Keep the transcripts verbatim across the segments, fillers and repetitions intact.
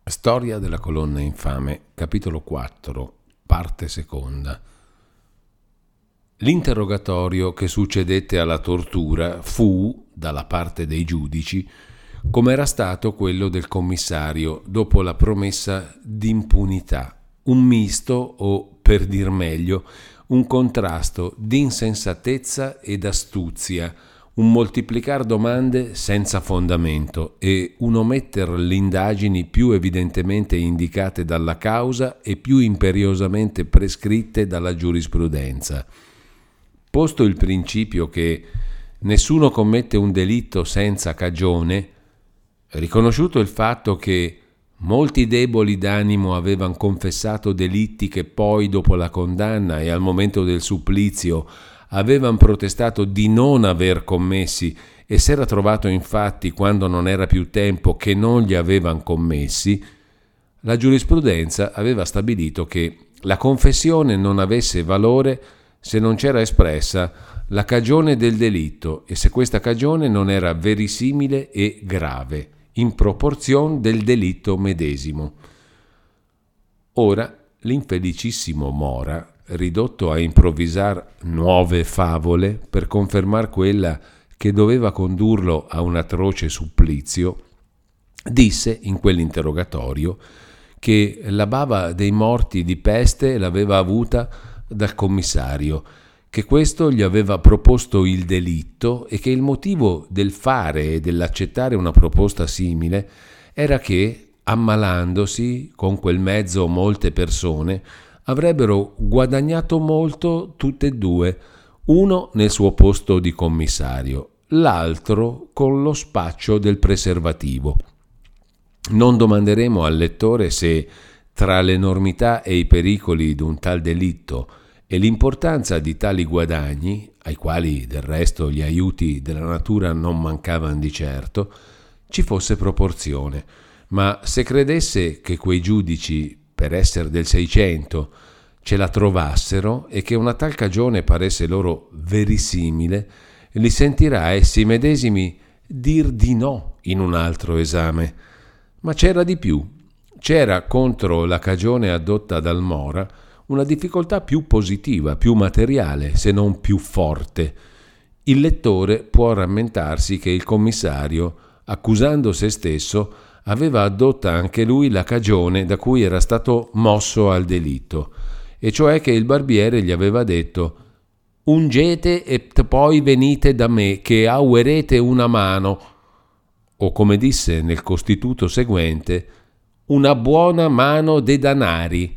Storia della colonna infame, capitolo quattro, parte seconda. L'interrogatorio che succedette alla tortura fu, dalla parte dei giudici, come era stato quello del commissario dopo la promessa d'impunità, un misto o, per dir meglio, un contrasto d'insensatezza ed astuzia, un moltiplicar domande senza fondamento e un ometter le indagini più evidentemente indicate dalla causa e più imperiosamente prescritte dalla giurisprudenza. Posto il principio che nessuno commette un delitto senza cagione, riconosciuto il fatto che molti deboli d'animo avevano confessato delitti che poi, dopo la condanna e al momento del supplizio, avevano protestato di non aver commessi e s'era trovato infatti, quando non era più tempo, che non li avevano commessi, la giurisprudenza aveva stabilito che la confessione non avesse valore se non c'era espressa la cagione del delitto e se questa cagione non era verisimile e grave, in proporzione del delitto medesimo. Ora, l'infelicissimo Mora, ridotto a improvvisar nuove favole per confermar quella che doveva condurlo a un atroce supplizio, disse in quell'interrogatorio che la bava dei morti di peste l'aveva avuta dal commissario, che questo gli aveva proposto il delitto e che il motivo del fare e dell'accettare una proposta simile era che, ammalandosi con quel mezzo molte persone, avrebbero guadagnato molto tutte e due, uno nel suo posto di commissario, l'altro con lo spaccio del preservativo. Non domanderemo al lettore se, tra l'enormità e i pericoli di un tal delitto e l'importanza di tali guadagni, ai quali del resto gli aiuti della natura non mancavano di certo, ci fosse proporzione, ma se credesse che quei giudici, per essere del Seicento, ce la trovassero e che una tal cagione paresse loro verisimile, li sentirà essi medesimi dir di no in un altro esame. Ma c'era di più. C'era contro la cagione addotta dal Mora una difficoltà più positiva, più materiale, se non più forte. Il lettore può rammentarsi che il commissario, accusando se stesso, aveva addotta anche lui la cagione da cui era stato mosso al delitto, e cioè che il barbiere gli aveva detto: «Ungete e poi venite da me, che auerete una mano», o come disse nel costituto seguente, «una buona mano de danari».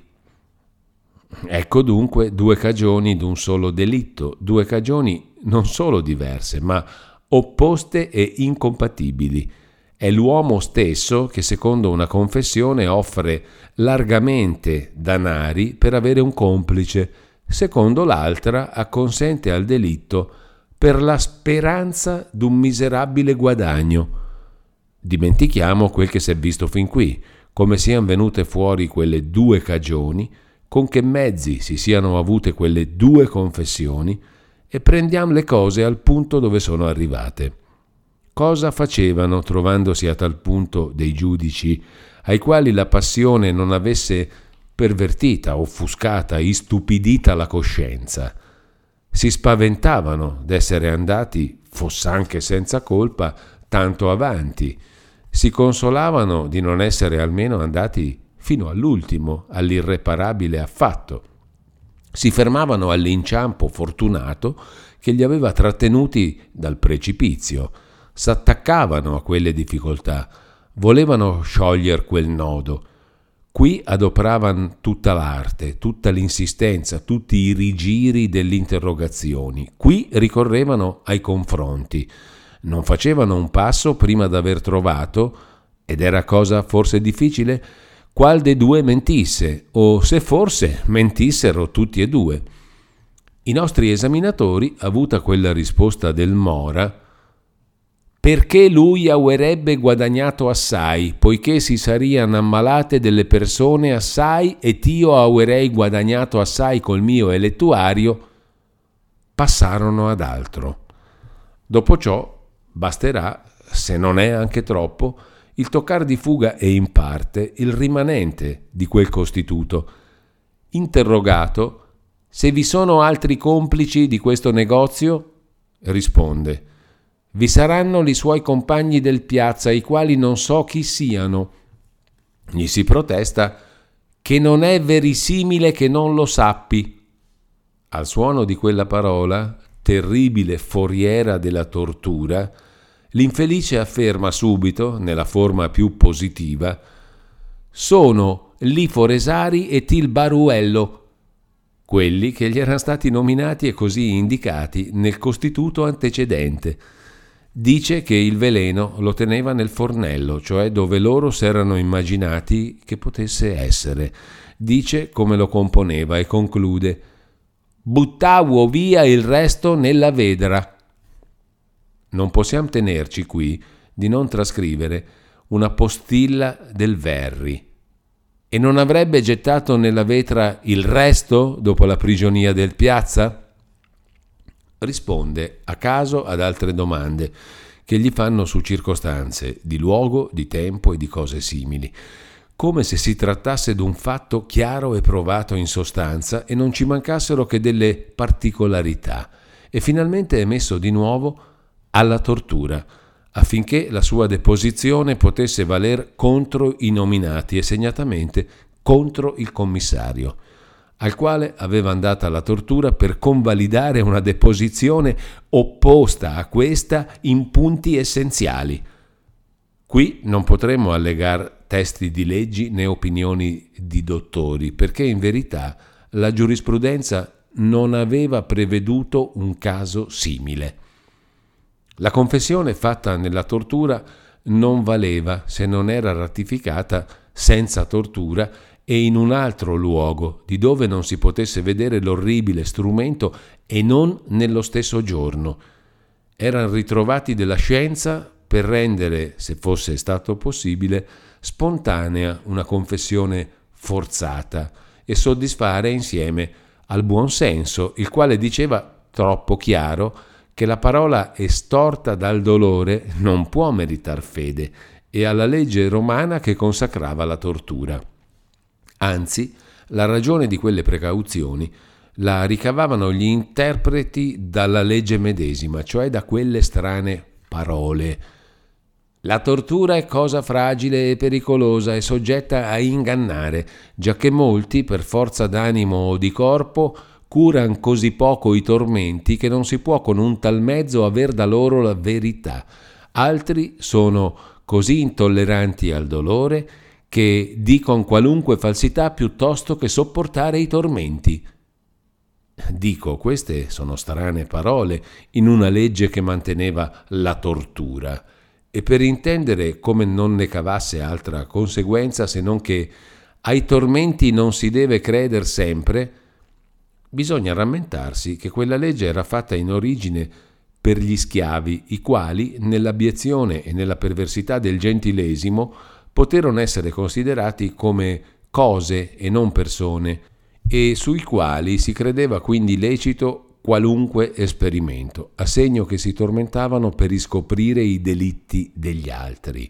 Ecco dunque due cagioni d'un solo delitto, due cagioni non solo diverse, ma opposte e incompatibili. È l'uomo stesso che, secondo una confessione, offre largamente danari per avere un complice, secondo l'altra acconsente al delitto per la speranza d'un miserabile guadagno. Dimentichiamo quel che si è visto fin qui, come siano venute fuori quelle due cagioni, con che mezzi si siano avute quelle due confessioni, e prendiamo le cose al punto dove sono arrivate. Cosa facevano, trovandosi a tal punto, dei giudici ai quali la passione non avesse pervertita, offuscata, istupidita la coscienza? Si spaventavano d'essere andati, foss'anche senza colpa, tanto avanti. Si consolavano di non essere almeno andati fino all'ultimo, all'irreparabile affatto. Si fermavano all'inciampo fortunato che li aveva trattenuti dal precipizio. S'attaccavano a quelle difficoltà, volevano sciogliere quel nodo. Qui adopravano tutta l'arte, tutta l'insistenza, tutti i rigiri delle interrogazioni. Qui ricorrevano ai confronti. Non facevano un passo prima d'aver trovato, ed era cosa forse difficile, qual dei due mentisse, o se forse mentissero tutti e due. I nostri esaminatori, avuta quella risposta del Mora, perché lui auerebbe guadagnato assai, poiché si sarian ammalate delle persone assai e io auerei guadagnato assai col mio elettuario, passarono ad altro. Dopo ciò basterà, se non è anche troppo, il toccar di fuga è in parte il rimanente di quel costituto. Interrogato: se vi sono altri complici di questo negozio? Risponde: vi saranno i suoi compagni del piazza, i quali non so chi siano. Gli si protesta che non è verisimile che non lo sappi. Al suono di quella parola, terribile foriera della tortura, l'infelice afferma subito, nella forma più positiva: sono Li Foresari e Til Baruello, quelli che gli erano stati nominati e così indicati nel costituto antecedente. Dice che il veleno lo teneva nel fornello, cioè dove loro s'erano immaginati che potesse essere. Dice come lo componeva e conclude: buttavo via il resto nella vedra. Non possiamo tenerci qui di non trascrivere una postilla del Verri. E non avrebbe gettato nella vetra il resto dopo la prigionia del piazza? Risponde a caso ad altre domande che gli fanno su circostanze di luogo, di tempo e di cose simili, come se si trattasse d'un fatto chiaro e provato in sostanza e non ci mancassero che delle particolarità, e finalmente è messo di nuovo alla tortura, affinché la sua deposizione potesse valer contro i nominati e segnatamente contro il commissario, al quale aveva andata la tortura per convalidare una deposizione opposta a questa in punti essenziali. Qui non potremmo allegar testi di leggi né opinioni di dottori, perché in verità la giurisprudenza non aveva preveduto un caso simile. La confessione fatta nella tortura non valeva se non era ratificata senza tortura e in un altro luogo, di dove non si potesse vedere l'orribile strumento, e non nello stesso giorno. Erano ritrovati della scienza per rendere, se fosse stato possibile, spontanea una confessione forzata e soddisfare insieme al buon senso, il quale diceva troppo chiaro che la parola estorta dal dolore non può meritar fede, e alla legge romana che consacrava la tortura. Anzi, la ragione di quelle precauzioni la ricavavano gli interpreti dalla legge medesima, cioè da quelle strane parole. La tortura è cosa fragile e pericolosa e soggetta a ingannare, giacché molti, per forza d'animo o di corpo, curan così poco i tormenti che non si può con un tal mezzo aver da loro la verità. Altri sono così intolleranti al dolore che dicon qualunque falsità piuttosto che sopportare i tormenti. Dico, queste sono strane parole in una legge che manteneva la tortura, e per intendere come non ne cavasse altra conseguenza se non che ai tormenti non si deve creder sempre, bisogna rammentarsi che quella legge era fatta in origine per gli schiavi, i quali, nell'abiezione e nella perversità del gentilesimo, poterono essere considerati come cose e non persone, e sui quali si credeva quindi lecito qualunque esperimento, a segno che si tormentavano per riscoprire i delitti degli altri.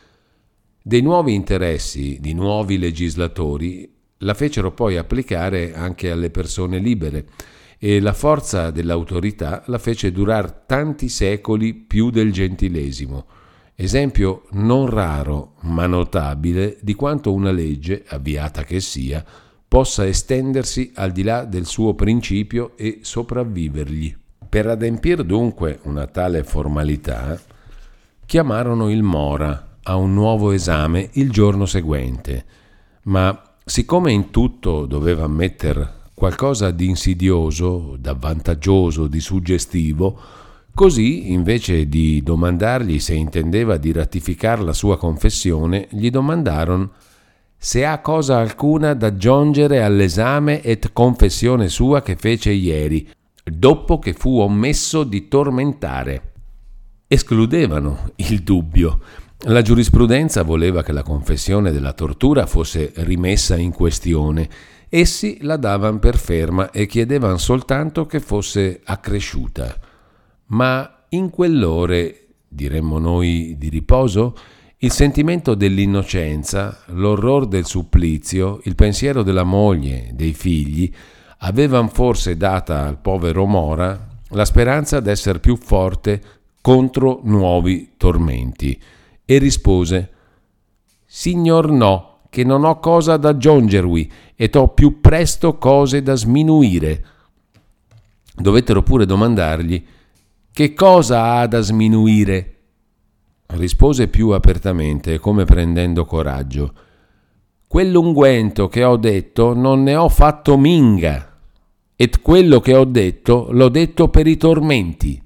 Dei nuovi interessi di nuovi legislatori la fecero poi applicare anche alle persone libere, e la forza dell'autorità la fece durar tanti secoli più del gentilesimo, esempio non raro ma notabile di quanto una legge, avviata che sia, possa estendersi al di là del suo principio e sopravvivergli. Per adempir dunque una tale formalità, chiamarono il Mora a un nuovo esame il giorno seguente, ma siccome in tutto doveva ammetter qualcosa di insidioso, d'avvantaggioso, di suggestivo, così, invece di domandargli se intendeva di ratificar la sua confessione, gli domandarono se ha cosa alcuna da aggiungere all'esame et confessione sua che fece ieri, dopo che fu omesso di tormentare. Escludevano il dubbio. La giurisprudenza voleva che la confessione della tortura fosse rimessa in questione. Essi la davan per ferma e chiedevan soltanto che fosse accresciuta. Ma in quell'ore, diremmo noi, di riposo, Il sentimento dell'innocenza, l'orror del supplizio, il pensiero della moglie, dei figli, avevano forse data al povero Mora la speranza d'essere più forte contro nuovi tormenti, e rispose: «Signor no, che non ho cosa da aggiungervi e t'ho più presto cose da sminuire». Dovettero pure domandargli: «Che cosa ha da sminuire?» Rispose più apertamente, come prendendo coraggio: «Quell'unguento che ho detto non ne ho fatto minga, e quello che ho detto l'ho detto per i tormenti».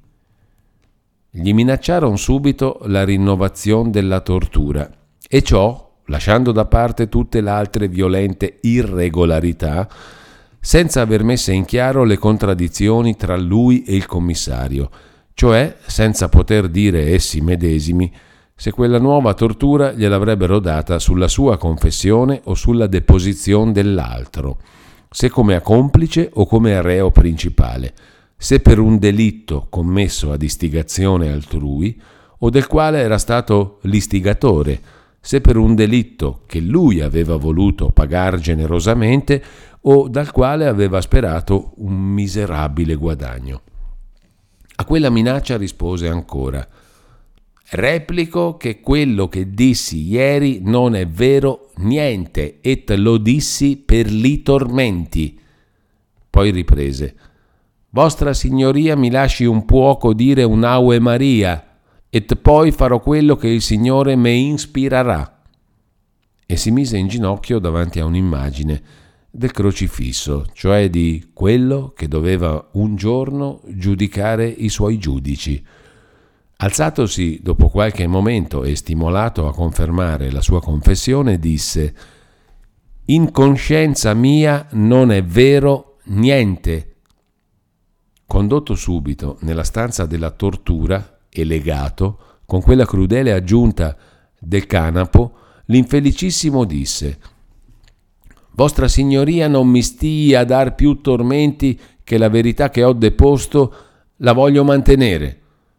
Gli minacciarono subito la rinnovazione della tortura, e ciò lasciando da parte tutte le altre violente irregolarità, senza aver messe in chiaro le contraddizioni tra lui e il commissario, cioè senza poter dire essi medesimi se quella nuova tortura gliel'avrebbero data sulla sua confessione o sulla deposizione dell'altro, se come a complice o come a reo principale, se per un delitto commesso ad istigazione altrui o del quale era stato l'istigatore, se per un delitto che lui aveva voluto pagar generosamente o dal quale aveva sperato un miserabile guadagno. A quella minaccia rispose ancora: «Replico che quello che dissi ieri non è vero niente, et lo dissi per li tormenti». Poi riprese: «Vostra signoria mi lasci un poco dire un'Ave Maria, et poi farò quello che il Signore me inspirerà». E si mise in ginocchio davanti a un'immagine del crocifisso, cioè di quello che doveva un giorno giudicare i suoi giudici. Alzatosi dopo qualche momento e stimolato a confermare la sua confessione, disse: «In coscienza mia non è vero niente». Condotto subito nella stanza della tortura e legato, con quella crudele aggiunta del canapo, l'infelicissimo disse: «Vostra signoria non mi stia a dar più tormenti, che la verità che ho deposto la voglio mantenere».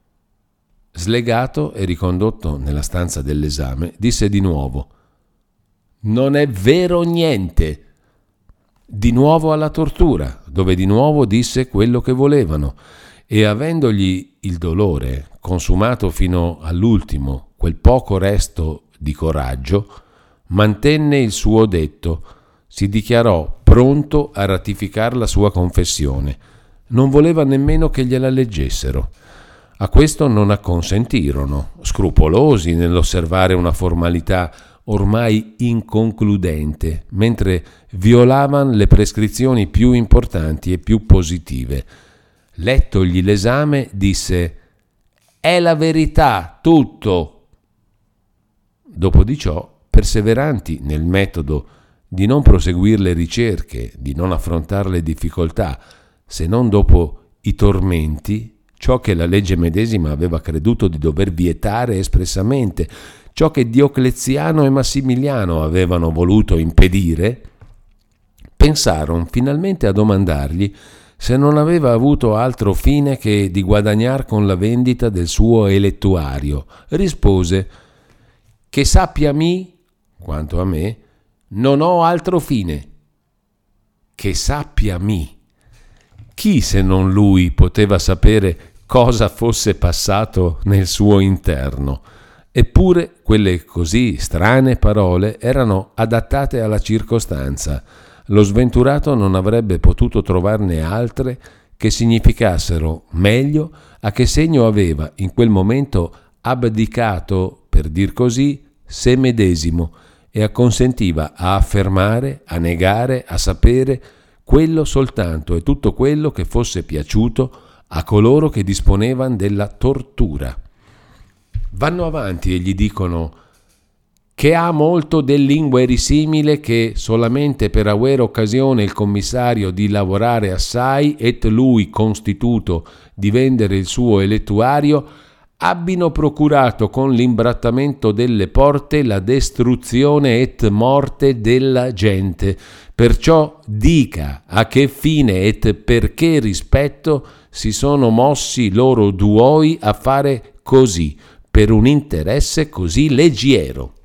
Slegato e ricondotto nella stanza dell'esame, disse di nuovo: «Non è vero niente». Di nuovo alla tortura, dove di nuovo disse quello che volevano, e avendogli il dolore consumato fino all'ultimo quel poco resto di coraggio, mantenne il suo detto, si dichiarò pronto a ratificare la sua confessione. Non voleva nemmeno che gliela leggessero. A questo non acconsentirono, scrupolosi nell'osservare una formalità ormai inconcludente, mentre violavano le prescrizioni più importanti e più positive. Lettogli l'esame, disse: «È la verità, tutto». Dopo di ciò, perseveranti nel metodo di non proseguire le ricerche, di non affrontare le difficoltà, se non dopo i tormenti, ciò che la legge medesima aveva creduto di dover vietare espressamente, ciò che Diocleziano e Massimiliano avevano voluto impedire, pensarono finalmente a domandargli se non aveva avuto altro fine che di guadagnar con la vendita del suo elettuario. Rispose: «Che sappia mi, quanto a me, non ho altro fine». Che sappia mi. Chi se non lui poteva sapere cosa fosse passato nel suo interno? Eppure quelle così strane parole erano adattate alla circostanza. Lo sventurato non avrebbe potuto trovarne altre che significassero meglio a che segno aveva in quel momento abdicato, per dir così, se medesimo, e acconsentiva a affermare, a negare, a sapere quello soltanto e tutto quello che fosse piaciuto a coloro che disponevano della tortura. Vanno avanti e gli dicono che ha molto del lingueri simile, che solamente per avere occasione il commissario di lavorare assai et lui constituto di vendere il suo elettuario, abbino procurato con l'imbrattamento delle porte la destruzione et morte della gente. Perciò dica a che fine et per che rispetto si sono mossi loro duoi a fare così, per un interesse così leggiero.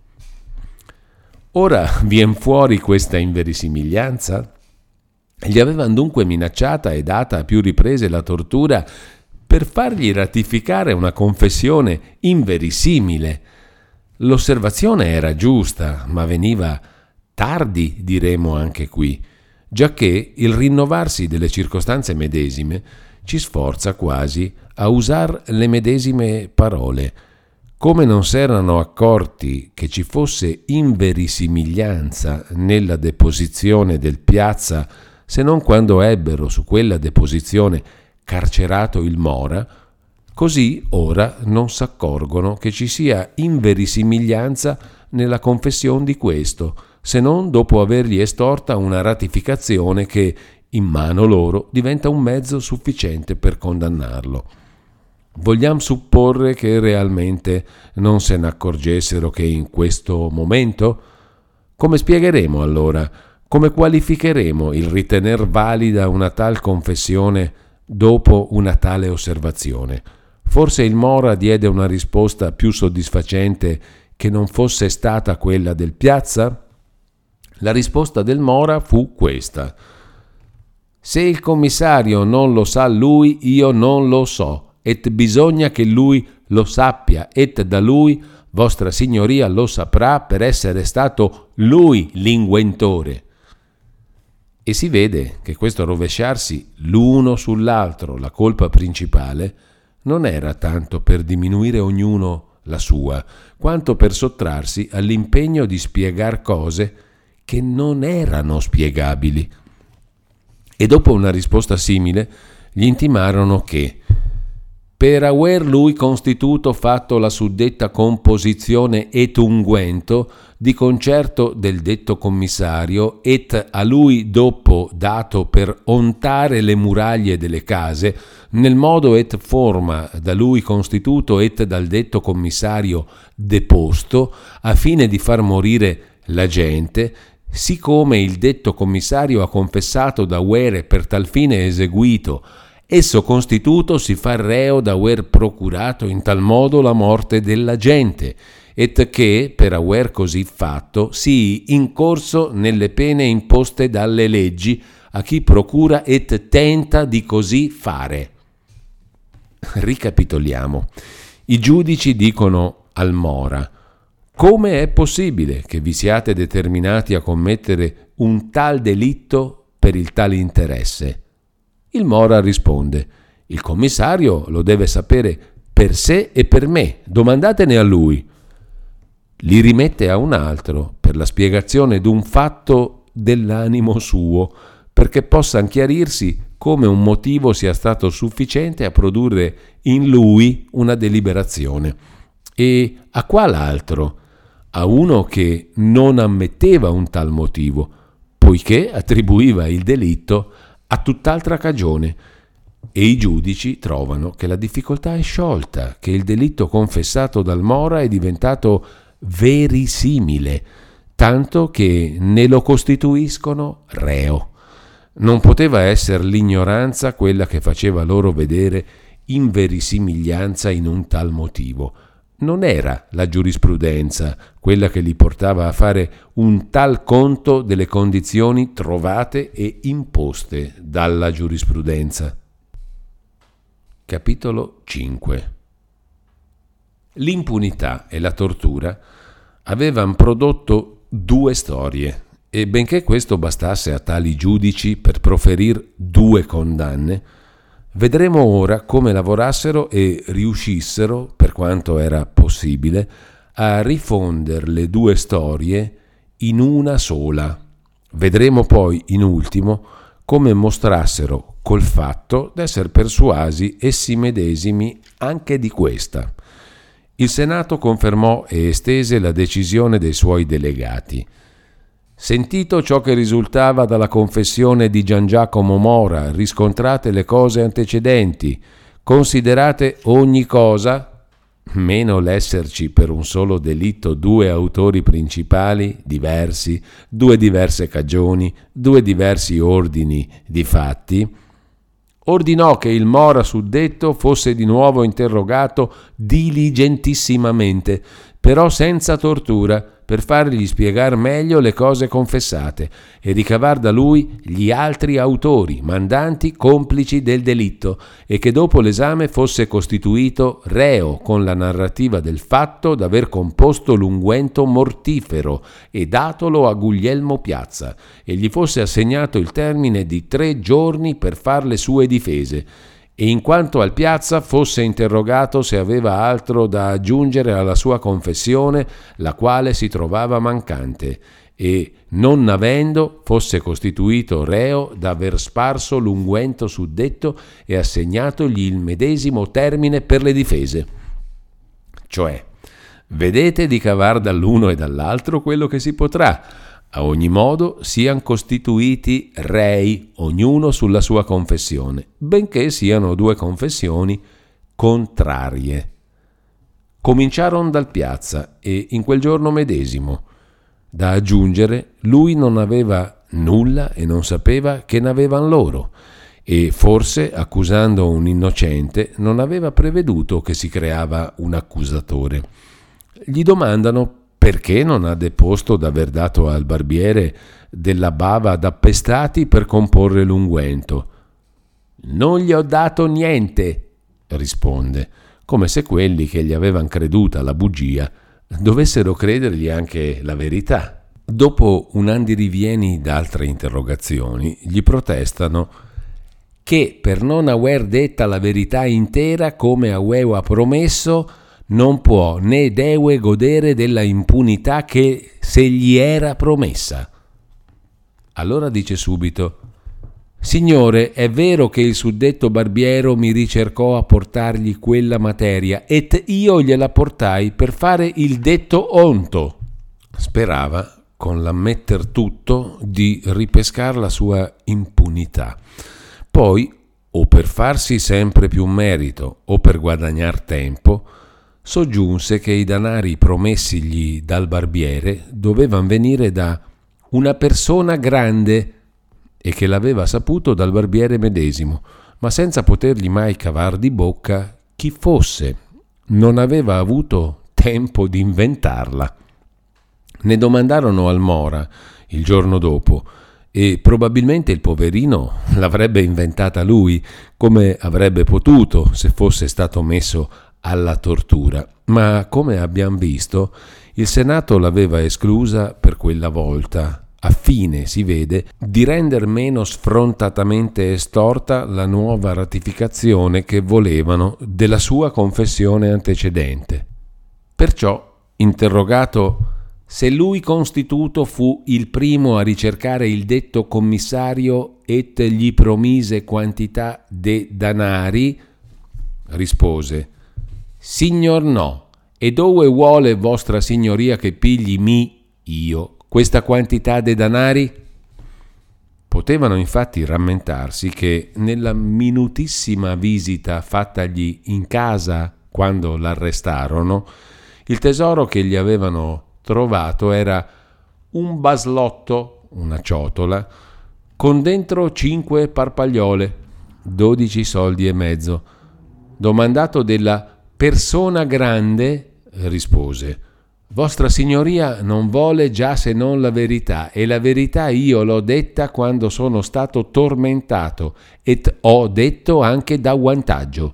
Ora vien fuori questa inverosimiglianza? Gli avevano dunque minacciata e data a più riprese la tortura per fargli ratificare una confessione inverosimile. L'osservazione era giusta, ma veniva tardi, diremo anche qui, giacché il rinnovarsi delle circostanze medesime ci sforza quasi a usar le medesime parole. Come non s'erano accorti che ci fosse inverosimiglianza nella deposizione del Piazza, se non quando ebbero su quella deposizione carcerato il Mora, così ora non s'accorgono che ci sia inverosimiglianza nella confessione di questo, se non dopo avergli estorta una ratificazione che, in mano loro, diventa un mezzo sufficiente per condannarlo. Vogliamo supporre che realmente non se ne accorgessero che in questo momento? Come spiegheremo allora? Come qualificheremo il ritener valida una tal confessione dopo una tale osservazione? Forse il Mora diede una risposta più soddisfacente che non fosse stata quella del Piazza? La risposta del Mora fu questa: se il commissario non lo sa lui, io non lo so, et bisogna che lui lo sappia, et da lui vostra signoria lo saprà per essere stato lui l'inguentore. E si vede che questo rovesciarsi l'uno sull'altro la colpa principale non era tanto per diminuire ognuno la sua, quanto per sottrarsi all'impegno di spiegar cose che non erano spiegabili. E dopo una risposta simile gli intimarono che, per aver lui constituto fatto la suddetta composizione et unguento, di concerto del detto commissario, et a lui dopo dato per ontare le muraglie delle case, nel modo et forma da lui constituto et dal detto commissario deposto, a fine di far morire la gente, siccome il detto commissario ha confessato da avere per tal fine eseguito, esso constituto si fa reo da aver procurato in tal modo la morte della gente, et che, per aver così fatto, sii incorso nelle pene imposte dalle leggi a chi procura et tenta di così fare. Ricapitoliamo. I giudici dicono al Mora: come è possibile che vi siate determinati a commettere un tal delitto per il tale interesse? Il Mora risponde: il commissario lo deve sapere per sé e per me, domandatene a lui. Li rimette a un altro per la spiegazione d'un fatto dell'animo suo, perché possa chiarirsi come un motivo sia stato sufficiente a produrre in lui una deliberazione. E a qual altro? A uno che non ammetteva un tal motivo, poiché attribuiva il delitto a tutt'altra cagione. E i giudici trovano che la difficoltà è sciolta, che il delitto confessato dal Mora è diventato verisimile, tanto che ne lo costituiscono reo. Non poteva essere l'ignoranza quella che faceva loro vedere inverisimiglianza in un tal motivo. Non era la giurisprudenza quella che li portava a fare un tal conto delle condizioni trovate e imposte dalla giurisprudenza. Capitolo cinque. L'impunità e la tortura avevano prodotto due storie, e benché questo bastasse a tali giudici per proferir due condanne, vedremo ora come lavorassero e riuscissero, per quanto era possibile, a rifondere le due storie in una sola. Vedremo poi, in ultimo, come mostrassero col fatto d'essere persuasi essi medesimi anche di questa. Il Senato confermò e estese la decisione dei suoi delegati. Sentito ciò che risultava dalla confessione di Gian Giacomo Mora, riscontrate le cose antecedenti, considerate ogni cosa, meno l'esserci per un solo delitto due autori principali diversi, due diverse cagioni, due diversi ordini di fatti, ordinò che il Mora suddetto fosse di nuovo interrogato diligentissimamente, però senza tortura, per fargli spiegar meglio le cose confessate e ricavar da lui gli altri autori, mandanti, complici del delitto, e che dopo l'esame fosse costituito reo con la narrativa del fatto d'aver composto l'unguento mortifero e datolo a Guglielmo Piazza, e gli fosse assegnato il termine di tre giorni per far le sue difese, e in quanto al Piazza fosse interrogato se aveva altro da aggiungere alla sua confessione, la quale si trovava mancante, e, non avendo, fosse costituito reo d'aver sparso l'unguento suddetto e assegnatogli il medesimo termine per le difese. Cioè, vedete di cavar dall'uno e dall'altro quello che si potrà. A ogni modo siano costituiti rei, ognuno sulla sua confessione, benché siano due confessioni contrarie. Cominciarono dal Piazza e in quel giorno medesimo. Da aggiungere, lui non aveva nulla e non sapeva che n'avevan loro, e forse, accusando un innocente, non aveva preveduto che si creava un accusatore. Gli domandano perché non ha deposto d'aver dato al barbiere della bava d'appestati per comporre l'unguento. «Non gli ho dato niente», risponde, come se quelli che gli avevan creduta la bugia dovessero credergli anche la verità. Dopo un andirivieni d'altre interrogazioni, gli protestano che per non aver detta la verità intera come aveva promesso, non può né deve godere della impunità che se gli era promessa. Allora dice subito: «Signore, è vero che il suddetto barbiero mi ricercò a portargli quella materia, et io gliela portai per fare il detto onto». Sperava, con l'ammetter tutto, di ripescar la sua impunità. Poi, o per farsi sempre più merito, o per guadagnar tempo, soggiunse che i danari promessigli dal barbiere dovevano venire da una persona grande e che l'aveva saputo dal barbiere medesimo, ma senza potergli mai cavar di bocca chi fosse. Non aveva avuto tempo di inventarla. Ne domandarono al Mora il giorno dopo e probabilmente il poverino l'avrebbe inventata lui, come avrebbe potuto se fosse stato messo alla tortura, ma come abbiamo visto il Senato l'aveva esclusa per quella volta, a fine, si vede, di render meno sfrontatamente estorta la nuova ratificazione che volevano della sua confessione antecedente. Perciò, interrogato se lui constituto fu il primo a ricercare il detto commissario et gli promise quantità de danari, rispose: «Signor no, e dove vuole vostra signoria che pigli mi, io, questa quantità de danari?» Potevano infatti rammentarsi che nella minutissima visita fattagli in casa quando l'arrestarono, il tesoro che gli avevano trovato era un baslotto, una ciotola, con dentro cinque parpagliole, dodici soldi e mezzo. Domandato della persona grande, rispose: «Vostra signoria non vuole già se non la verità, e la verità io l'ho detta quando sono stato tormentato, et ho detto anche da vantaggio».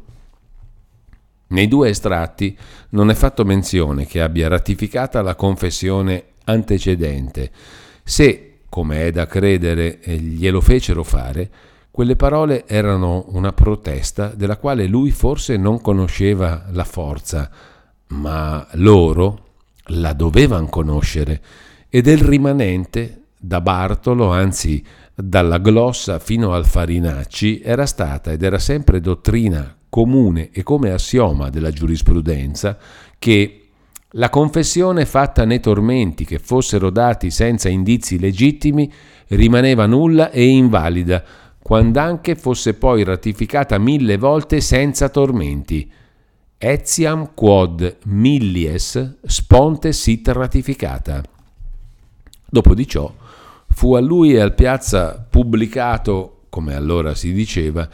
Nei due estratti non è fatto menzione che abbia ratificata la confessione antecedente. Se, come è da credere, glielo fecero fare, quelle parole erano una protesta della quale lui forse non conosceva la forza, ma loro la dovevano conoscere, e del rimanente, da Bartolo, anzi dalla Glossa fino al Farinacci, era stata ed era sempre dottrina comune e come assioma della giurisprudenza che la confessione fatta nei tormenti che fossero dati senza indizi legittimi rimaneva nulla e invalida, quand'anche fosse poi ratificata mille volte senza tormenti. Etiam quod millies sponte sit ratificata. Dopo di ciò fu a lui e al Piazza pubblicato, come allora si diceva,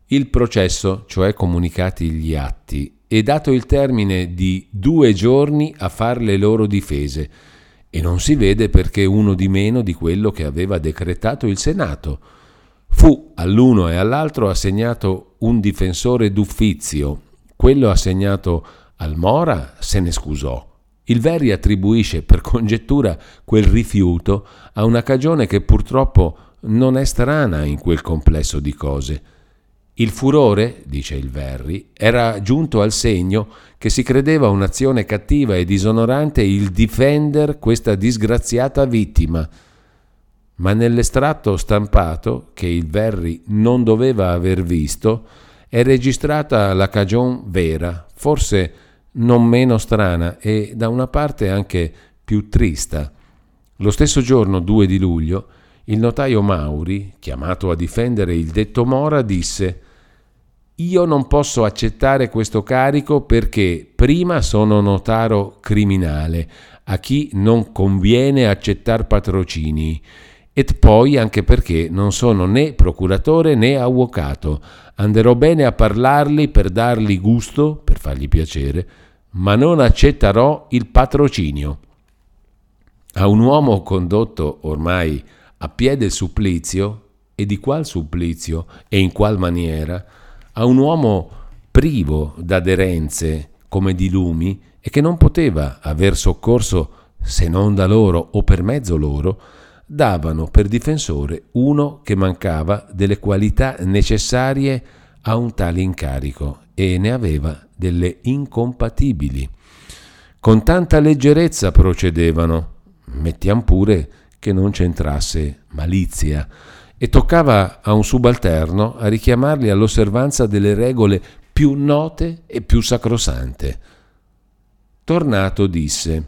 Il processo, cioè comunicati gli atti, e dato il termine di due giorni a far le loro difese, e non si vede perché uno di meno di quello che aveva decretato il Senato. Fu all'uno e all'altro assegnato un difensore d'uffizio. Quello assegnato al Mora se ne scusò. Il Verri attribuisce per congettura quel rifiuto a una cagione che purtroppo non è strana in quel complesso di cose. Il furore, dice il Verri, era giunto al segno che si credeva un'azione cattiva e disonorante il difender questa disgraziata vittima. Ma nell'estratto stampato, che il Verri non doveva aver visto, è registrata la cagion vera, forse non meno strana e da una parte anche più trista. Lo stesso giorno due di luglio, il notaio Mauri, chiamato a difendere il detto Mora, disse: «Io non posso accettare questo carico perché prima sono notaro criminale, a chi non conviene accettar patrocini, e poi anche perché non sono né procuratore né avvocato. Anderò bene a parlarli per dargli gusto, per fargli piacere, ma non accetterò il patrocinio». A un uomo condotto ormai a piede supplizio, e di qual supplizio e in qual maniera, a un uomo privo d'aderenze come di lumi e che non poteva aver soccorso se non da loro o per mezzo loro, davano per difensore uno che mancava delle qualità necessarie a un tale incarico e ne aveva delle incompatibili. Con tanta leggerezza procedevano, mettiam pure che non c'entrasse malizia, e toccava a un subalterno a richiamarli all'osservanza delle regole più note e più sacrosante. Tornato disse: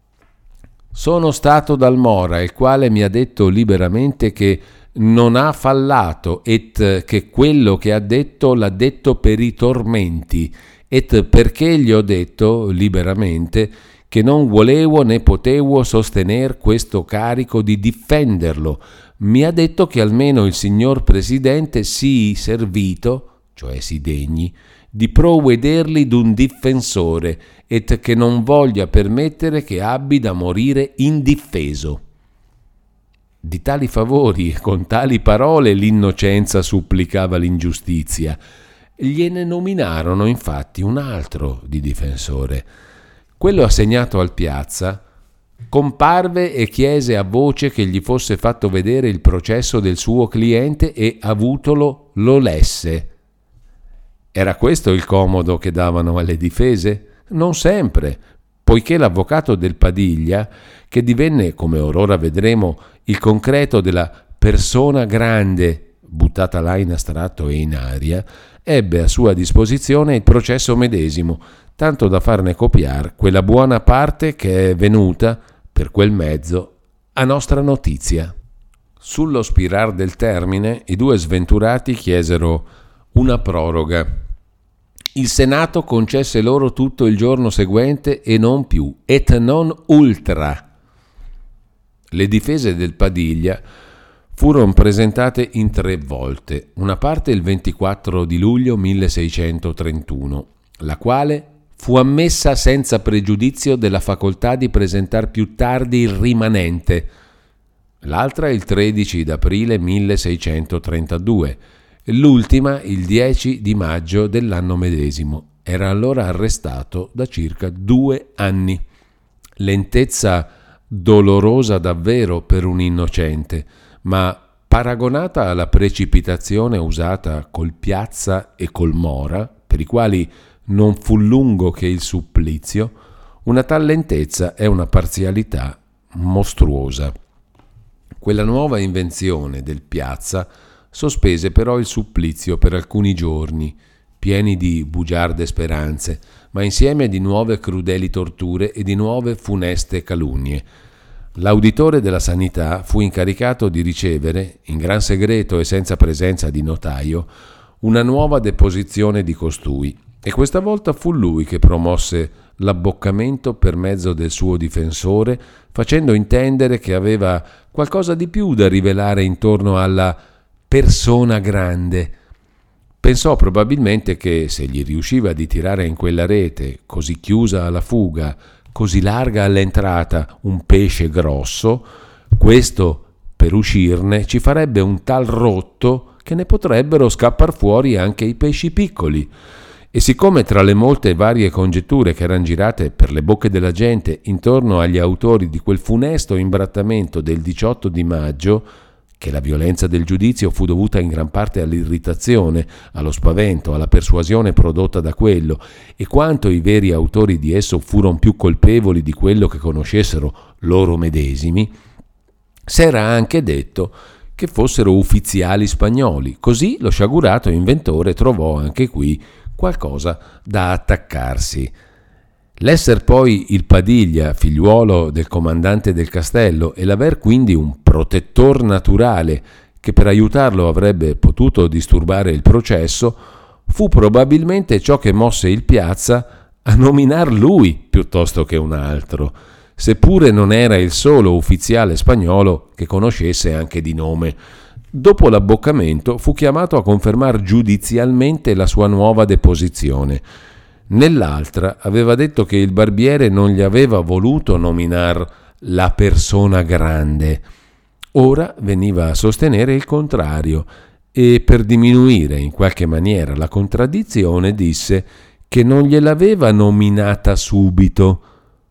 «Sono stato dal Mora, il quale mi ha detto liberamente che non ha fallato, et che quello che ha detto l'ha detto per i tormenti, et perché gli ho detto liberamente che non volevo né potevo sostener questo carico di difenderlo. Mi ha detto che almeno il signor Presidente sii servito, cioè si degni, di provvederli d'un difensore, et che non voglia permettere che abbi da morire indifeso». Di tali favori e con tali parole l'innocenza supplicava l'ingiustizia. Gliene nominarono infatti un altro di difensore. Quello assegnato al Piazza comparve e chiese a voce che gli fosse fatto vedere il processo del suo cliente e, avutolo, lo lesse. Era questo il comodo che davano alle difese? Non sempre, poiché l'avvocato del Padiglia, che divenne, come orora vedremo, il concreto della persona grande, buttata là in astratto e in aria, ebbe a sua disposizione il processo medesimo, tanto da farne copiar quella buona parte che è venuta, per quel mezzo, a nostra notizia. Sullo spirar del termine, i due sventurati chiesero una proroga. Il Senato concesse loro tutto il giorno seguente e non più, et non ultra. Le difese del Padiglia furono presentate in tre volte, una parte il ventiquattro di luglio milleseicentotrentuno, la quale fu ammessa senza pregiudizio della facoltà di presentar più tardi il rimanente, l'altra il tredici d'aprile milleseicentotrentadue, l'ultima il dieci di maggio dell'anno medesimo. Era allora arrestato da circa due anni. Lentezza dolorosa davvero per un innocente, ma paragonata alla precipitazione usata col Piazza e col Mora, per i quali non fu lungo che il supplizio, una tal lentezza è una parzialità mostruosa. Quella nuova invenzione del Piazza sospese però il supplizio per alcuni giorni, pieni di bugiarde speranze, ma insieme di nuove crudeli torture e di nuove funeste calunnie. L'auditore della sanità fu incaricato di ricevere, in gran segreto e senza presenza di notaio, una nuova deposizione di costui, e questa volta fu lui che promosse l'abboccamento per mezzo del suo difensore, facendo intendere che aveva qualcosa di più da rivelare intorno alla persona grande. Pensò probabilmente che se gli riusciva di tirare in quella rete, così chiusa alla fuga, così larga all'entrata, un pesce grosso, questo per uscirne ci farebbe un tal rotto che ne potrebbero scappar fuori anche i pesci piccoli. E siccome tra le molte varie congetture che erano girate per le bocche della gente intorno agli autori di quel funesto imbrattamento del diciotto di maggio, che la violenza del giudizio fu dovuta in gran parte all'irritazione, allo spavento, alla persuasione prodotta da quello, e quanto i veri autori di esso furono più colpevoli di quello che conoscessero loro medesimi, s'era anche detto che fossero ufficiali spagnoli. Così lo sciagurato inventore trovò anche qui qualcosa da attaccarsi. L'esser poi il Padiglia, figliuolo del comandante del castello, e l'aver quindi un protettor naturale che per aiutarlo avrebbe potuto disturbare il processo, fu probabilmente ciò che mosse il Piazza a nominar lui piuttosto che un altro, seppure non era il solo ufficiale spagnolo che conoscesse anche di nome. Dopo l'abboccamento fu chiamato a confermar giudizialmente la sua nuova deposizione. Nell'altra aveva detto che il barbiere non gli aveva voluto nominar la persona grande. Ora veniva a sostenere il contrario e, per diminuire in qualche maniera la contraddizione, disse che non gliel'aveva nominata subito.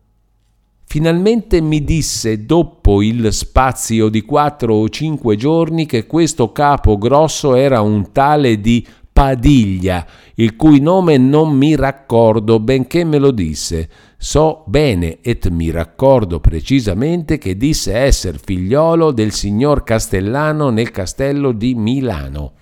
Finalmente mi disse dopo il spazio di quattro o cinque giorni che questo capo grosso era un tale di Padiglia, il cui nome non mi raccordo, benché me lo disse. So bene et mi raccordo precisamente che disse esser figliolo del signor Castellano nel castello di Milano.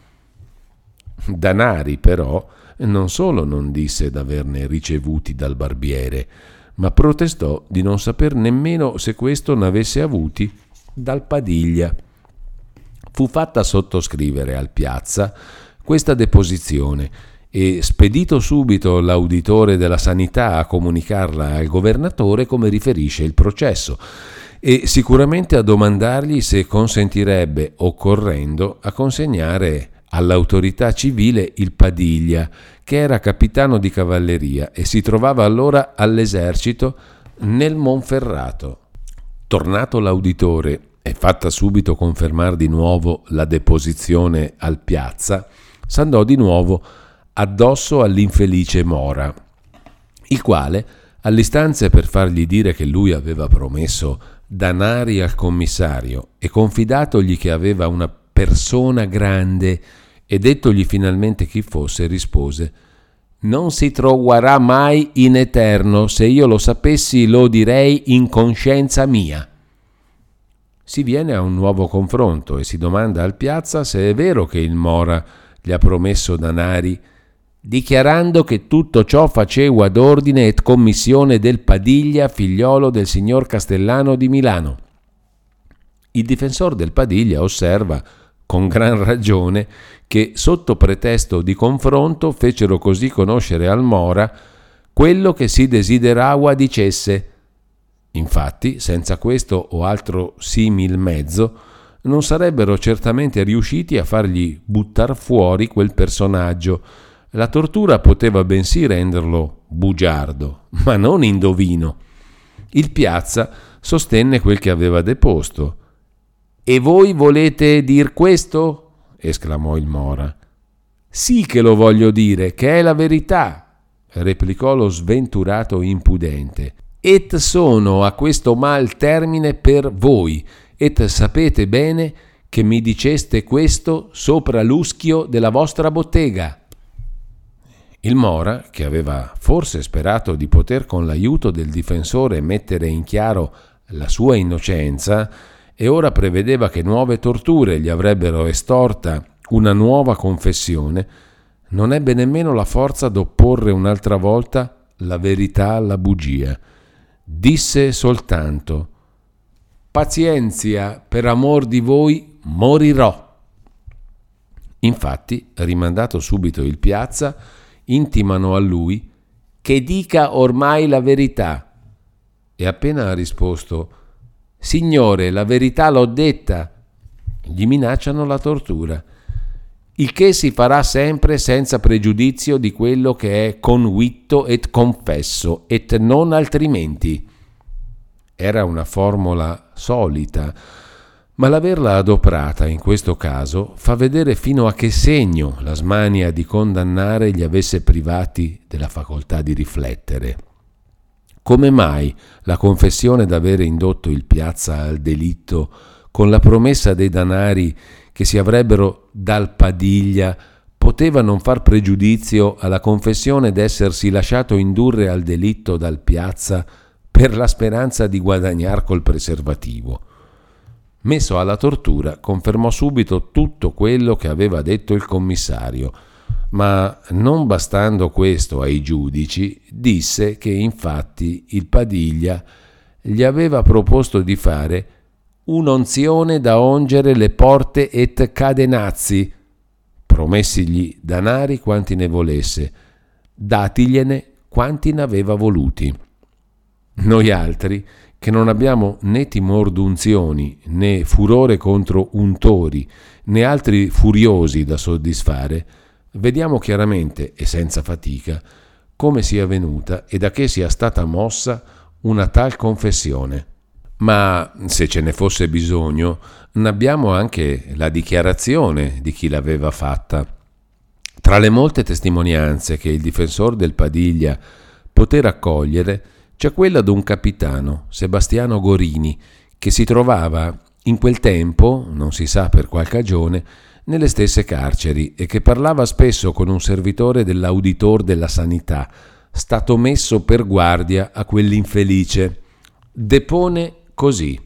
Danari però non solo non disse d'averne ricevuti dal barbiere, ma protestò di non saper nemmeno se questo n'avesse avuti dal Padiglia. Fu fatta sottoscrivere al Piazza questa deposizione e spedito subito l'auditore della sanità a comunicarla al governatore, come riferisce il processo, e sicuramente a domandargli se consentirebbe, occorrendo, a consegnare all'autorità civile il Padiglia, che era capitano di cavalleria e si trovava allora all'esercito nel Monferrato. Tornato l'auditore e fatta subito confermar di nuovo la deposizione al Piazza, s'andò di nuovo addosso all'infelice Mora, il quale, alle istanze per fargli dire che lui aveva promesso danari al commissario e confidatogli che aveva una persona grande e dettogli finalmente chi fosse, rispose: «Non si troverà mai in eterno, se io lo sapessi lo direi in coscienza mia». Si viene a un nuovo confronto e si domanda al Piazza se è vero che il Mora gli ha promesso danari, dichiarando che tutto ciò faceva ad ordine et commissione del Padiglia, figliolo del signor Castellano di Milano. Il difensor del Padiglia osserva con gran ragione che sotto pretesto di confronto fecero così conoscere al Mora quello che si desiderava dicesse. Infatti, senza questo o altro simil mezzo, non sarebbero certamente riusciti a fargli buttar fuori quel personaggio. La tortura poteva bensì renderlo bugiardo, ma non indovino. Il Piazza sostenne quel che aveva deposto. «E voi volete dir questo?» esclamò il Mora. «Sì che lo voglio dire, che è la verità», replicò lo sventurato impudente. «Et sono a questo mal termine per voi, et sapete bene che mi diceste questo sopra l'uschio della vostra bottega». Il Mora, che aveva forse sperato di poter con l'aiuto del difensore mettere in chiaro la sua innocenza, e ora prevedeva che nuove torture gli avrebbero estorta una nuova confessione, non ebbe nemmeno la forza d'opporre un'altra volta la verità alla bugia. Disse soltanto: «Pazienzia, per amor di voi morirò». Infatti, rimandato subito il Piazza, intimano a lui che dica ormai la verità, e appena ha risposto «Signore, la verità l'ho detta», gli minacciano la tortura. il che si farà sempre senza pregiudizio di quello che è convitto et confesso, et non altrimenti. Era una formula solita, ma l'averla adoperata in questo caso fa vedere fino a che segno la smania di condannare li avesse privati della facoltà di riflettere. Come mai la confessione d'avere indotto il Piazza al delitto con la promessa dei danari che si avrebbero dal Padiglia poteva non far pregiudizio alla confessione d'essersi lasciato indurre al delitto dal Piazza per la speranza di guadagnar col preservativo? Messo alla tortura, confermò subito tutto quello che aveva detto il commissario, ma non bastando questo ai giudici, disse che infatti il Padiglia gli aveva proposto di fare un'onzione da ongere le porte et cadenazzi, promessigli danari quanti ne volesse, datigliene quanti n'aveva voluti. Noi altri, che non abbiamo né timor d'unzioni, né furore contro untori, né altri furiosi da soddisfare, vediamo chiaramente e senza fatica come sia venuta e da che sia stata mossa una tal confessione. Ma se ce ne fosse bisogno, n'abbiamo anche la dichiarazione di chi l'aveva fatta. Tra le molte testimonianze che il difensor del Padiglia poté raccogliere, c'è quella d'un capitano, Sebastiano Gorini, che si trovava in quel tempo, non si sa per qual cagione, nelle stesse carceri e che parlava spesso con un servitore dell'auditor della sanità, stato messo per guardia a quell'infelice. Depone così: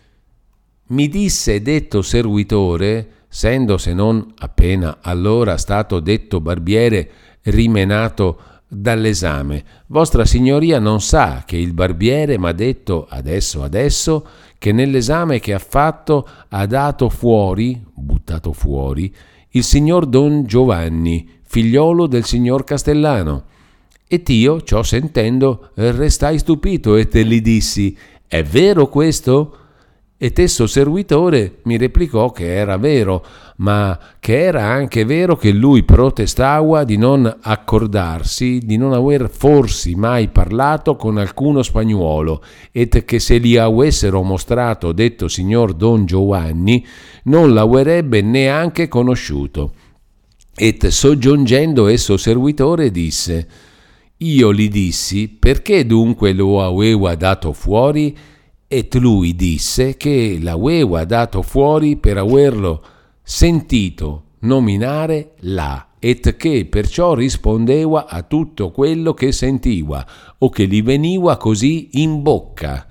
mi disse detto servitore, sendo se non appena allora stato detto barbiere rimenato dall'esame, vostra signoria non sa che il barbiere m'ha detto adesso adesso che nell'esame che ha fatto ha dato fuori, buttato fuori, il signor Don Giovanni, figliolo del signor Castellano. Ed io, ciò sentendo, restai stupito e te li dissi: è vero questo? E tesso servitore mi replicò che era vero, ma che era anche vero che lui protestava di non accordarsi, di non aver forsi mai parlato con alcuno spagnuolo, et che se li avessero mostrato detto signor Don Giovanni, non l'avrebbe neanche conosciuto. Et soggiungendo esso servitore disse: io gli dissi perché dunque lo aveva dato fuori, et lui disse che l'aveva dato fuori per averlo sentito nominare là, et che perciò rispondeva a tutto quello che sentiva o che gli veniva così in bocca.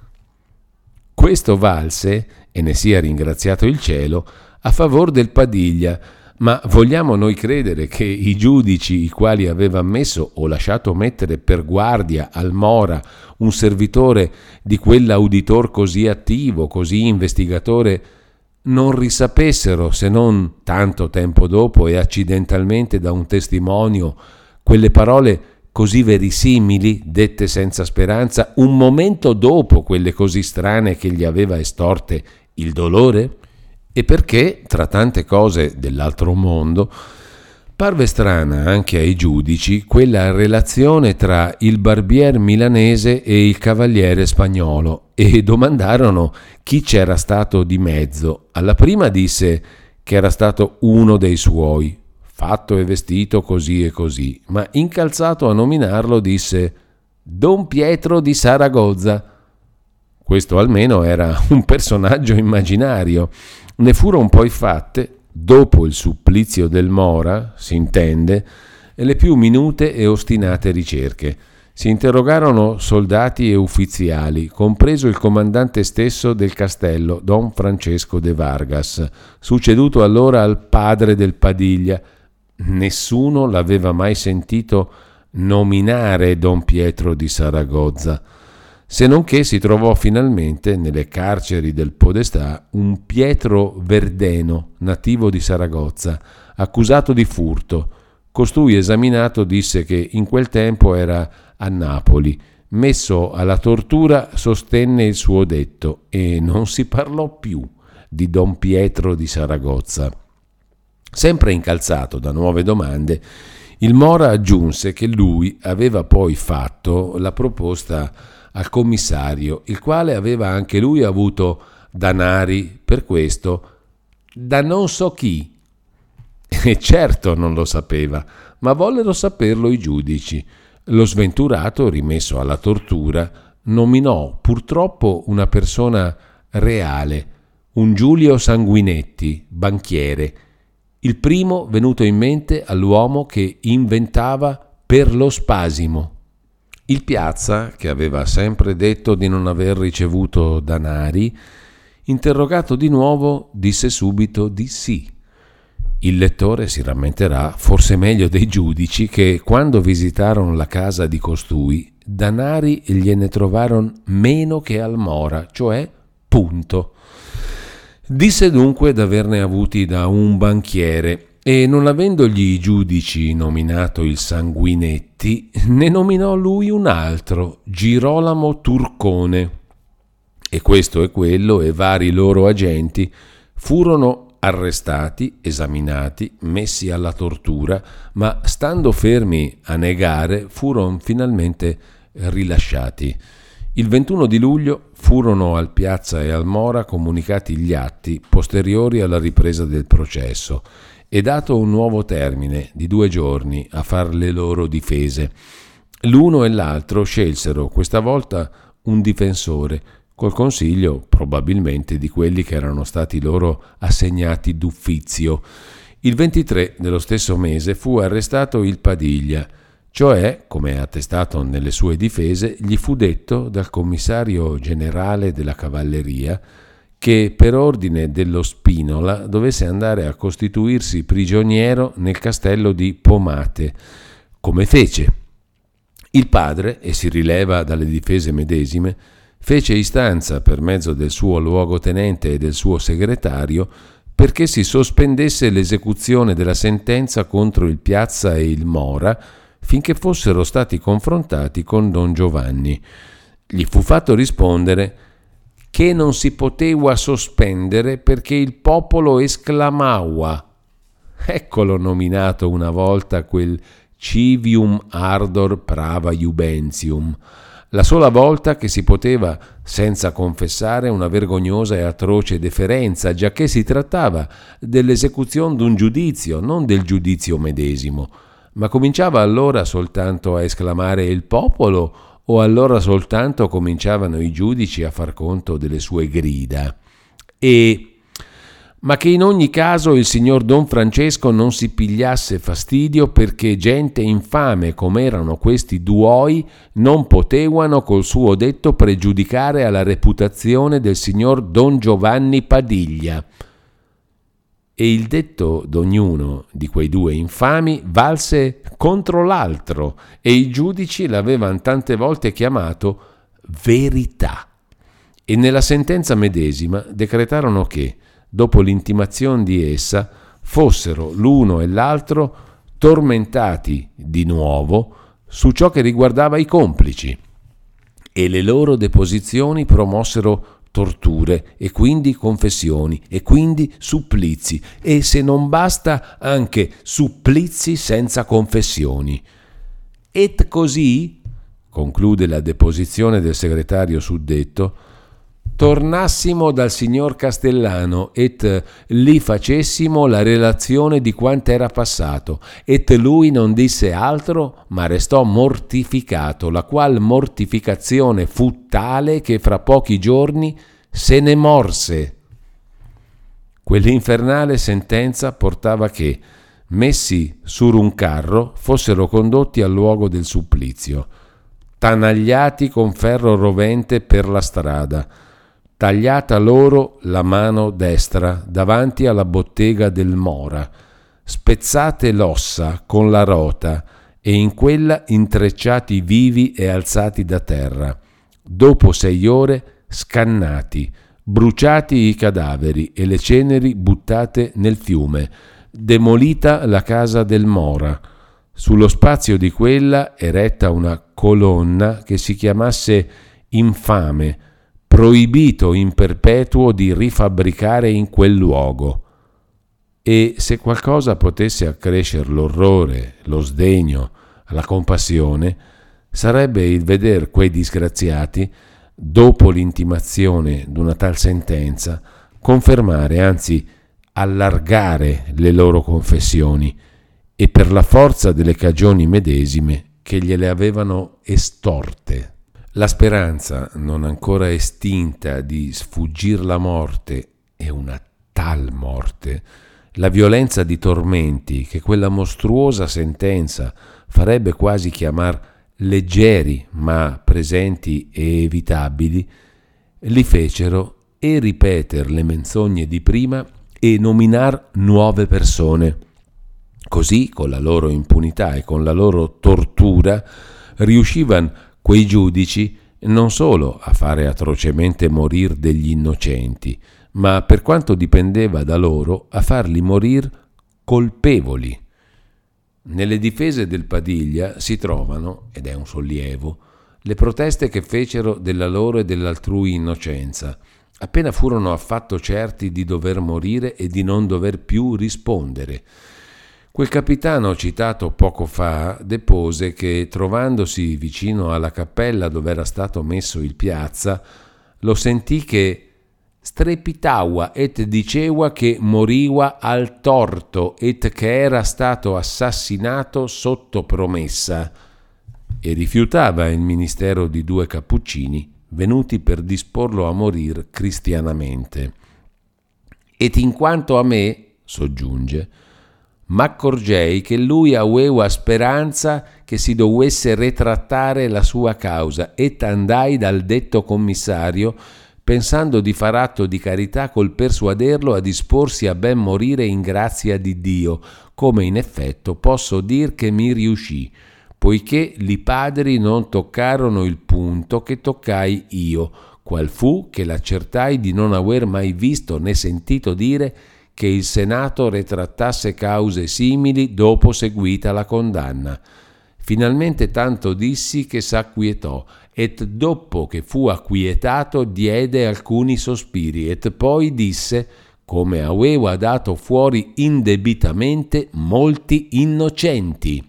Questo valse, e ne sia ringraziato il cielo, a favor del Padiglia. Ma vogliamo noi credere che i giudici, i quali aveva messo o lasciato mettere per guardia al Mora un servitore di quell'auditor così attivo, così investigatore, non risapessero, se non tanto tempo dopo e accidentalmente da un testimonio, quelle parole così verisimili, dette senza speranza, un momento dopo quelle così strane che gli aveva estorte il dolore? E perché, tra tante cose dell'altro mondo, parve strana anche ai giudici quella relazione tra il barbier milanese e il cavaliere spagnolo, e domandarono chi c'era stato di mezzo. Alla prima disse che era stato uno dei suoi, fatto e vestito così e così, ma incalzato a nominarlo disse Don Pietro di Saragozza. Questo almeno era un personaggio immaginario. Ne furono poi fatte, dopo il supplizio del Mora, si intende, le più minute e ostinate ricerche. Si interrogarono soldati e ufficiali, compreso il comandante stesso del castello, Don Francesco de Vargas, succeduto allora al padre del Padiglia. Nessuno l'aveva mai sentito nominare Don Pietro di Saragozza, se non che si trovò finalmente nelle carceri del Podestà un Pietro Verdeno, nativo di Saragozza, accusato di furto. Costui, esaminato, disse che in quel tempo era a Napoli. Messo alla tortura, sostenne il suo detto e non si parlò più di Don Pietro di Saragozza. Sempre incalzato da nuove domande, il Mora aggiunse che lui aveva poi fatto la proposta al commissario, il quale aveva anche lui avuto danari per questo, da non so chi. E certo non lo sapeva, ma vollero saperlo i giudici. Lo sventurato, rimesso alla tortura, nominò purtroppo una persona reale, un Giulio Sanguinetti, banchiere, il primo venuto in mente all'uomo che inventava per lo spasimo. Il Piazza, che aveva sempre detto di non aver ricevuto danari, interrogato di nuovo, disse subito di sì. Il lettore si rammenterà, forse meglio dei giudici, che quando visitarono la casa di costui, danari gliene trovarono meno che al Mora, cioè punto. Disse dunque d'averne avuti da un banchiere e, non avendogli i giudici nominato il Sanguinetti, ne nominò lui un altro, Girolamo Turcone. E questo e quello e vari loro agenti furono arrestati, esaminati, messi alla tortura, ma stando fermi a negare furono finalmente rilasciati. Il ventuno di luglio furono al Piazza e al Mora comunicati gli atti posteriori alla ripresa del processo e dato un nuovo termine di due giorni a far le loro difese. L'uno e l'altro scelsero questa volta un difensore, col consiglio probabilmente di quelli che erano stati loro assegnati d'uffizio. Il ventitré dello stesso mese fu arrestato il Padiglia, cioè, come attestato nelle sue difese, gli fu detto dal commissario generale della cavalleria che per ordine dello Spinola dovesse andare a costituirsi prigioniero nel castello di Pomate, come fece. Il padre, e si rileva dalle difese medesime, fece istanza per mezzo del suo luogotenente e del suo segretario perché si sospendesse l'esecuzione della sentenza contro il Piazza e il Mora finché fossero stati confrontati con Don Giovanni. Gli fu fatto rispondere che non si poteva sospendere perché il popolo esclamava. Eccolo nominato una volta quel civium ardor prava iubentium, la sola volta che si poteva senza confessare una vergognosa e atroce deferenza, giacché si trattava dell'esecuzione d'un giudizio, non del giudizio medesimo. Ma cominciava allora soltanto a esclamare il popolo o allora soltanto cominciavano i giudici a far conto delle sue grida? E ma che in ogni caso il signor Don Francesco non si pigliasse fastidio perché gente infame come erano questi duoi non potevano col suo detto pregiudicare alla reputazione del signor Don Giovanni Padiglia. E il detto d'ognuno di quei due infami valse contro l'altro e i giudici l'avevano tante volte chiamato verità. E nella sentenza medesima decretarono che, dopo l'intimazione di essa, fossero l'uno e l'altro tormentati di nuovo su ciò che riguardava i complici e le loro deposizioni promossero torture e quindi confessioni e quindi supplizi e, se non basta, anche supplizi senza confessioni. Et così, conclude la deposizione del segretario suddetto, tornassimo dal signor Castellano et li facessimo la relazione di quanto era passato, et lui non disse altro ma restò mortificato, la qual mortificazione fu tale che fra pochi giorni se ne morse. Quell'infernale sentenza portava che, messi sur un carro, fossero condotti al luogo del supplizio, tanagliati con ferro rovente per la strada, tagliata loro la mano destra davanti alla bottega del Mora, spezzate l'ossa con la rota e in quella intrecciati vivi e alzati da terra. Dopo sei ore scannati, bruciati i cadaveri e le ceneri buttate nel fiume, demolita la casa del Mora. Sullo spazio di quella eretta una colonna che si chiamasse Infame, proibito in perpetuo di rifabbricare in quel luogo. e se qualcosa potesse accrescere l'orrore, lo sdegno, la compassione, sarebbe il veder quei disgraziati, dopo l'intimazione d'una tal sentenza, confermare, anzi allargare le loro confessioni, e per la forza delle cagioni medesime che gliele avevano estorte. La speranza non ancora estinta di sfuggir la morte e una tal morte, la violenza di tormenti che quella mostruosa sentenza farebbe quasi chiamar leggeri ma presenti e evitabili, li fecero e ripeter le menzogne di prima e nominar nuove persone. Così, con la loro impunità e con la loro tortura, riuscivan quei giudici non solo a fare atrocemente morir degli innocenti, ma per quanto dipendeva da loro a farli morir colpevoli. Nelle difese del Padiglia si trovano, ed è un sollievo, le proteste che fecero della loro e dell'altrui innocenza, appena furono affatto certi di dover morire e di non dover più rispondere. Quel capitano citato poco fa depose che, trovandosi vicino alla cappella dove era stato messo il piazza, lo sentì che strepitaua et diceva che moriva al torto et che era stato assassinato sotto promessa, e rifiutava il ministero di due cappuccini venuti per disporlo a morir cristianamente. Et in quanto a me, soggiunge, m'accorgei che lui aveva speranza che si dovesse retrattare la sua causa, et andai dal detto commissario pensando di far atto di carità col persuaderlo a disporsi a ben morire in grazia di Dio, come in effetto posso dir che mi riuscì, poiché li padri non toccarono il punto che toccai io, qual fu che l'accertai di non aver mai visto né sentito dire che il Senato retrattasse cause simili dopo seguita la condanna. Finalmente tanto dissi che s'acquietò, et dopo che fu acquietato diede alcuni sospiri, et poi disse come aveva dato fuori indebitamente molti innocenti.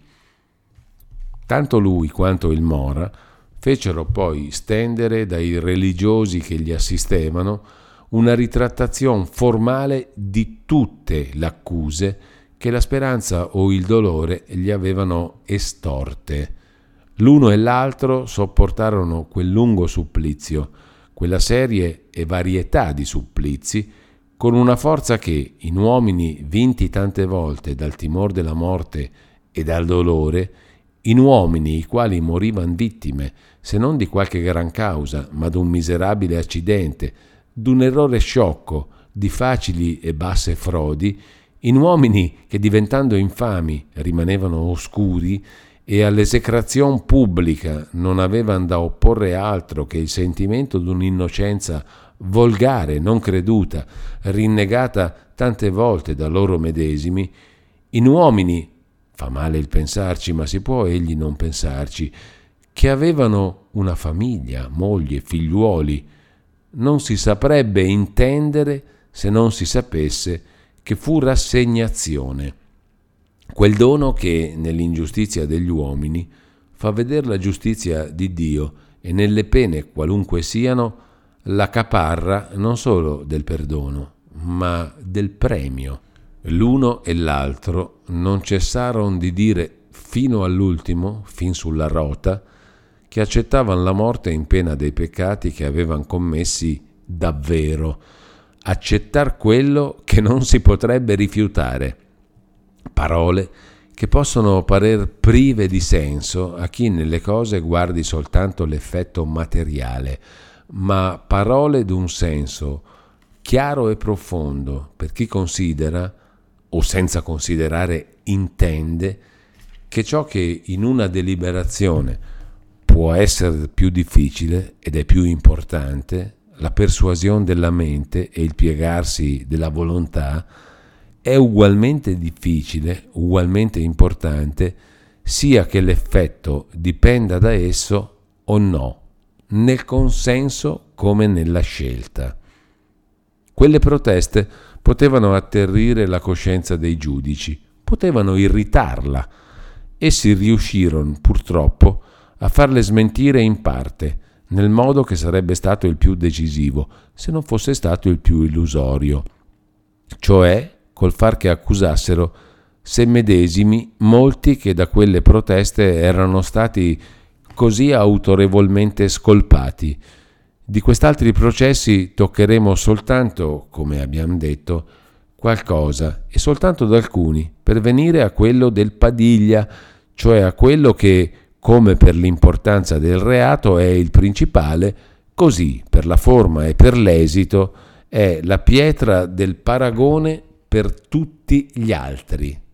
Tanto lui quanto il Mora fecero poi stendere dai religiosi che gli assistevano una ritrattazione formale di tutte le accuse che la speranza o il dolore gli avevano estorte. L'uno e l'altro sopportarono quel lungo supplizio, quella serie e varietà di supplizi, con una forza che, in uomini vinti tante volte dal timor della morte e dal dolore, in uomini i quali morivan vittime, se non di qualche gran causa, ma d'un miserabile accidente, d'un errore sciocco, di facili e basse frodi, in uomini che diventando infami rimanevano oscuri e all'esecrazione pubblica non avevan da opporre altro che il sentimento d'un'innocenza volgare, non creduta, rinnegata tante volte da loro medesimi, in uomini, fa male il pensarci, ma si può egli non pensarci, che avevano una famiglia, moglie, figliuoli, non si saprebbe intendere se non si sapesse che fu rassegnazione, quel dono che nell'ingiustizia degli uomini fa vedere la giustizia di Dio e nelle pene qualunque siano la caparra non solo del perdono, ma del premio. L'uno e l'altro non cessarono di dire fino all'ultimo, fin sulla rota, che accettavano la morte in pena dei peccati che avevano commessi davvero, accettar quello che non si potrebbe rifiutare. Parole che possono parer prive di senso a chi nelle cose guardi soltanto l'effetto materiale, ma parole d'un senso chiaro e profondo per chi considera, o senza considerare intende, che ciò che in una deliberazione può essere più difficile ed è più importante, la persuasione della mente e il piegarsi della volontà, è ugualmente difficile, ugualmente importante, sia che l'effetto dipenda da esso o no, nel consenso come nella scelta. Quelle proteste potevano atterrire la coscienza dei giudici, potevano irritarla. Essi riuscirono, purtroppo, a farle smentire in parte, nel modo che sarebbe stato il più decisivo, se non fosse stato il più illusorio, cioè col far che accusassero se medesimi molti che da quelle proteste erano stati così autorevolmente scolpati. Di quest'altri processi toccheremo soltanto, come abbiamo detto, qualcosa, e soltanto ad alcuni, per venire a quello del Padiglia, cioè a quello che, come per l'importanza del reato, è il principale, così per la forma e per l'esito è la pietra del paragone per tutti gli altri.